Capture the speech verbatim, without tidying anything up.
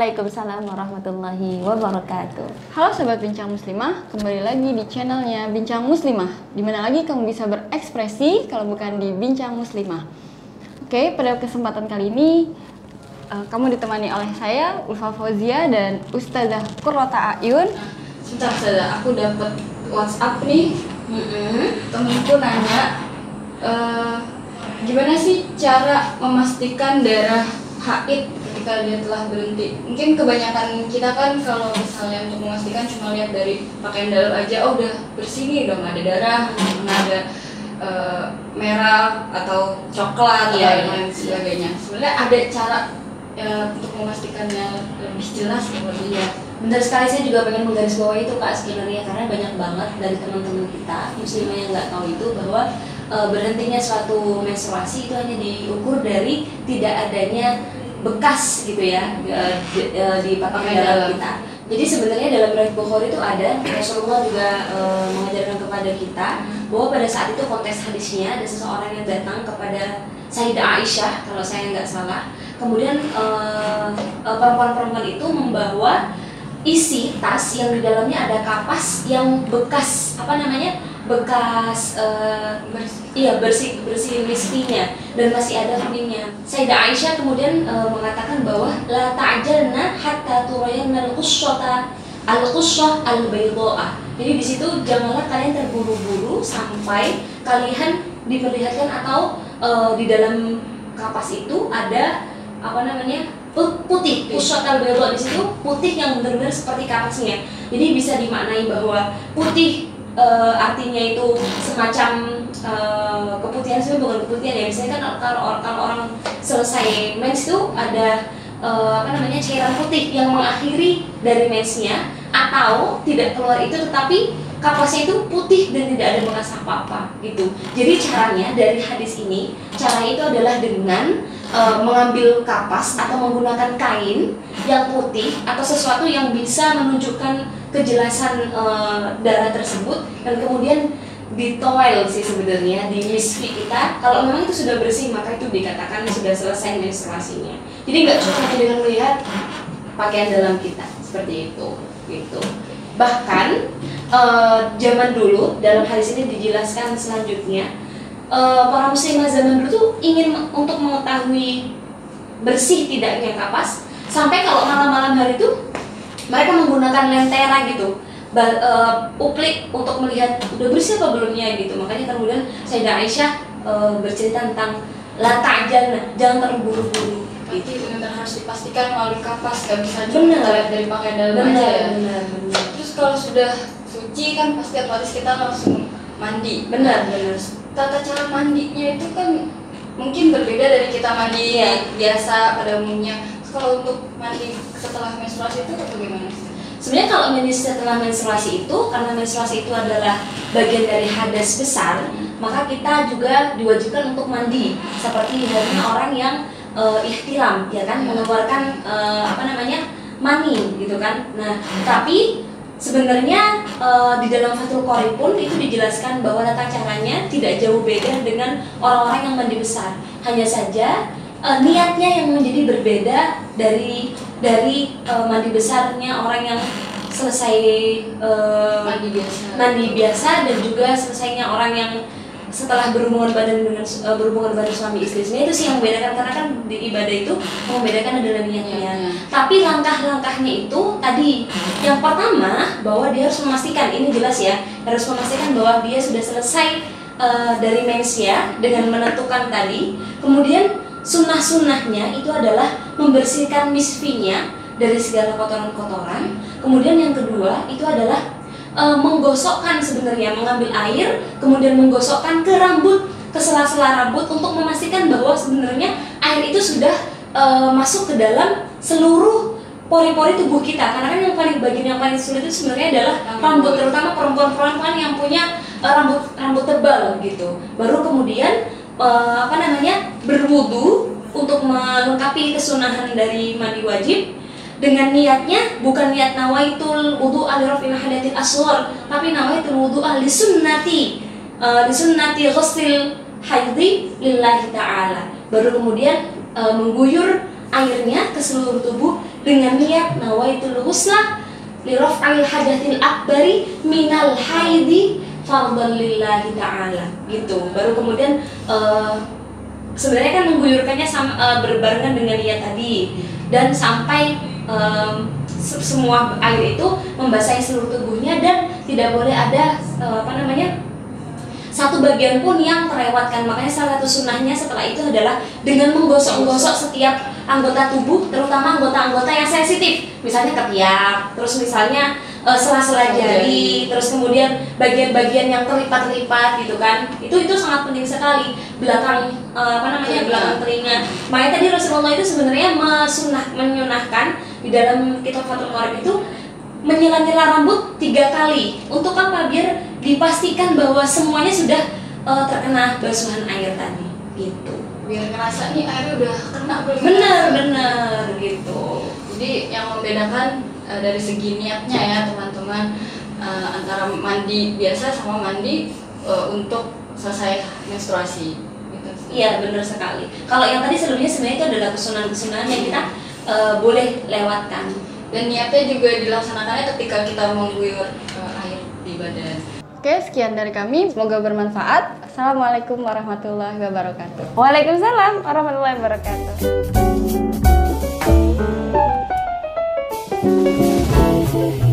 Waalaikumsalam warahmatullahi wabarakatuh. Halo Sobat Bincang Muslimah, kembali lagi di channelnya Bincang Muslimah. Dimana lagi kamu bisa berekspresi kalau bukan di Bincang Muslimah. Oke, pada kesempatan kali ini uh, kamu ditemani oleh saya, Ulfa Fauzia dan Ustazah Qurrata Ayun. Sebentar saja, aku dapat WhatsApp nih. Mm-hmm. Temenku nanya, uh, gimana sih cara memastikan darah haid ketika dia telah berhenti? Mungkin kebanyakan kita kan kalau misalnya untuk memastikan cuma lihat dari pakaian dalam aja, oh udah bersih nih, udah nggak ada darah, nggak ada uh, merah atau coklat Iya, atau lain sebagainya. Sebenarnya ada cara uh, untuk memastikannya lebih jelas seperti Iya, benar sekali. Saya juga pengen menggarisbawahi itu Kak sebenarnya, karena banyak banget dari teman-teman kita muslimah yang nggak tahu itu bahwa e, berhentinya suatu menstruasi itu hanya diukur dari tidak adanya bekas gitu ya e, di, e, di pakaian dalam kita. Jadi sebenarnya dalam riwayat Bukhari itu ada, Rasulullah juga e, mengajarkan kepada kita bahwa pada saat itu konteks hadisnya ada seseorang yang datang kepada Sayyidah Aisyah kalau saya nggak salah. Kemudian e, e, perempuan-perempuan itu membawa isi tas yang di dalamnya ada kapas yang bekas apa namanya bekas uh, bersih, iya bersih bersih misfinya dan masih ada kuningnya. Sayyidah Aisyah kemudian uh, mengatakan bahwa la ta'jalna hatta turayna al-qushata al-qushah al-baydha'a. Jadi di situ janganlah kalian terburu-buru sampai kalian diperlihatkan atau uh, di dalam kapas itu ada apa namanya putih, pusat al-bayda di situ putih yang benar-benar seperti kapasnya. Jadi bisa dimaknai bahwa putih e, artinya itu semacam e, keputihan, sebenarnya bukan keputihan ya. Misalnya kan kalau kalau orang selesai mens itu ada e, apa namanya cairan putih yang mengakhiri dari mensnya, atau tidak keluar itu tetapi kapasnya itu putih dan tidak ada bekas apa-apa gitu. Jadi caranya dari hadis ini, caranya itu adalah dengan e, mengambil kapas atau menggunakan kain yang putih atau sesuatu yang bisa menunjukkan kejelasan e, darah tersebut, dan kemudian ditoel sih sebenarnya di misfi kita. Kalau memang itu sudah bersih maka itu dikatakan sudah selesai menstruasinya. Jadi nggak cukup dengan melihat pakaian dalam kita seperti itu gitu. Bahkan uh, zaman dulu dalam hadis ini dijelaskan selanjutnya, uh, para muslimah zaman dulu tuh ingin untuk mengetahui bersih tidaknya kapas, sampai kalau malam-malam hari itu mereka menggunakan lentera gitu, ba- uh, uplik untuk melihat udah bersih apa belumnya gitu. Makanya kemudian Sayyidah Aisyah uh, bercerita tentang la ta'jalna, jangan terburu-buru. itu benar-benar harus dipastikan melalui kapas, gak bisa Benar. cuma lihat dari pakaian dalam Benar, aja ya. benar, benar. Terus kalau sudah suci kan pasti otomatis kita langsung mandi. Benar, benar. Tata cara mandinya itu kan mungkin berbeda dari kita mandi Iya. biasa pada umumnya. Terus kalau untuk mandi setelah menstruasi itu bagaimana sih? Sebenarnya kalau mandi setelah menstruasi itu, karena menstruasi itu adalah bagian dari hadas besar, maka kita juga diwajibkan untuk mandi seperti halnya orang yang uh, ihtilam, ya kan, mengeluarkan uh, apa namanya mani gitu kan. Nah, tapi sebenarnya uh, di dalam Fathul Qorib pun itu dijelaskan bahwa tata caranya tidak jauh beda dengan orang-orang yang mandi besar. Hanya saja uh, niatnya yang menjadi berbeda dari dari uh, mandi besarnya orang yang selesai uh, Mandi biasa. mandi biasa dan juga selesainya orang yang setelah berhubungan badan dengan uh, berhubungan badan suami istri. Sebenarnya itu sih yang membedakan, karena kan di ibadah itu yang membedakan adalah niatnya. Ya, ya. Tapi langkah-langkahnya itu tadi, yang pertama bahwa dia harus memastikan, ini jelas ya, harus memastikan bahwa dia sudah selesai uh, dari mensnya dengan menentukan tadi. Kemudian sunnah-sunnahnya itu adalah membersihkan misfinya dari segala kotoran-kotoran. Kemudian yang kedua itu adalah e, menggosokkan, sebenarnya mengambil air kemudian menggosokkan ke rambut, ke sela-sela rambut, untuk memastikan bahwa sebenarnya air itu sudah e, masuk ke dalam seluruh pori-pori tubuh kita. Karena kan yang paling bagian yang paling sulit itu sebenarnya adalah rambut, terutama perempuan-perempuan yang punya e, rambut rambut tebal gitu. Baru kemudian e, apa namanya berwudu untuk melengkapi kesunahan dari mandi wajib, dengan niatnya bukan niat nawaitul wudu ali rafil hadatil asghar, tapi nawaitul wudu li sunnati uh, li sunnati ghusl haidhi lillahi ta'ala. Baru kemudian uh, mengguyur airnya ke seluruh tubuh dengan niat nawaitul husna li raf'il hadatsil akbari minal haidi fardhan lillahi ta'ala gitu. Baru kemudian uh, sebenarnya kan mengguyurkannya sama, uh, berbarengan dengan niat tadi, dan sampai um, semua air itu membasahi seluruh tubuhnya dan tidak boleh ada uh, apa namanya satu bagian pun yang terlewatkan. Makanya salah satu sunnahnya setelah itu adalah dengan menggosok-gosok setiap anggota tubuh, terutama anggota-anggota yang sensitif, misalnya ketiak, terus misalnya uh, sela-sela jari, terus kemudian bagian-bagian yang terlipat-lipat gitu kan. Itu itu sangat penting sekali. Belakang uh, apa namanya belakang telinga. Makanya tadi Rasulullah itu sebenarnya mesunah menyunahkan di dalam kitab Fathul Qorib itu menyela-nyela rambut tiga kali. Untuk apa? Biar dipastikan bahwa semuanya sudah uh, terkena basuhan air tadi gitu. Biar ngerasa nih airnya udah kena belum. Bener bener gitu. Jadi yang membedakan uh, dari segi niatnya ya teman-teman, uh, antara mandi biasa sama mandi uh, untuk selesai menstruasi gitu. Iya bener sekali. Kalau yang tadi sebelumnya sebenarnya itu adalah kesunahan-kesunahan yang kita uh, boleh lewatkan. Dan niatnya juga dilaksanakannya ketika kita mengguyur uh, air di badan. Oke, sekian dari kami. Semoga bermanfaat. Assalamualaikum warahmatullahi wabarakatuh. Waalaikumsalam warahmatullahi wabarakatuh.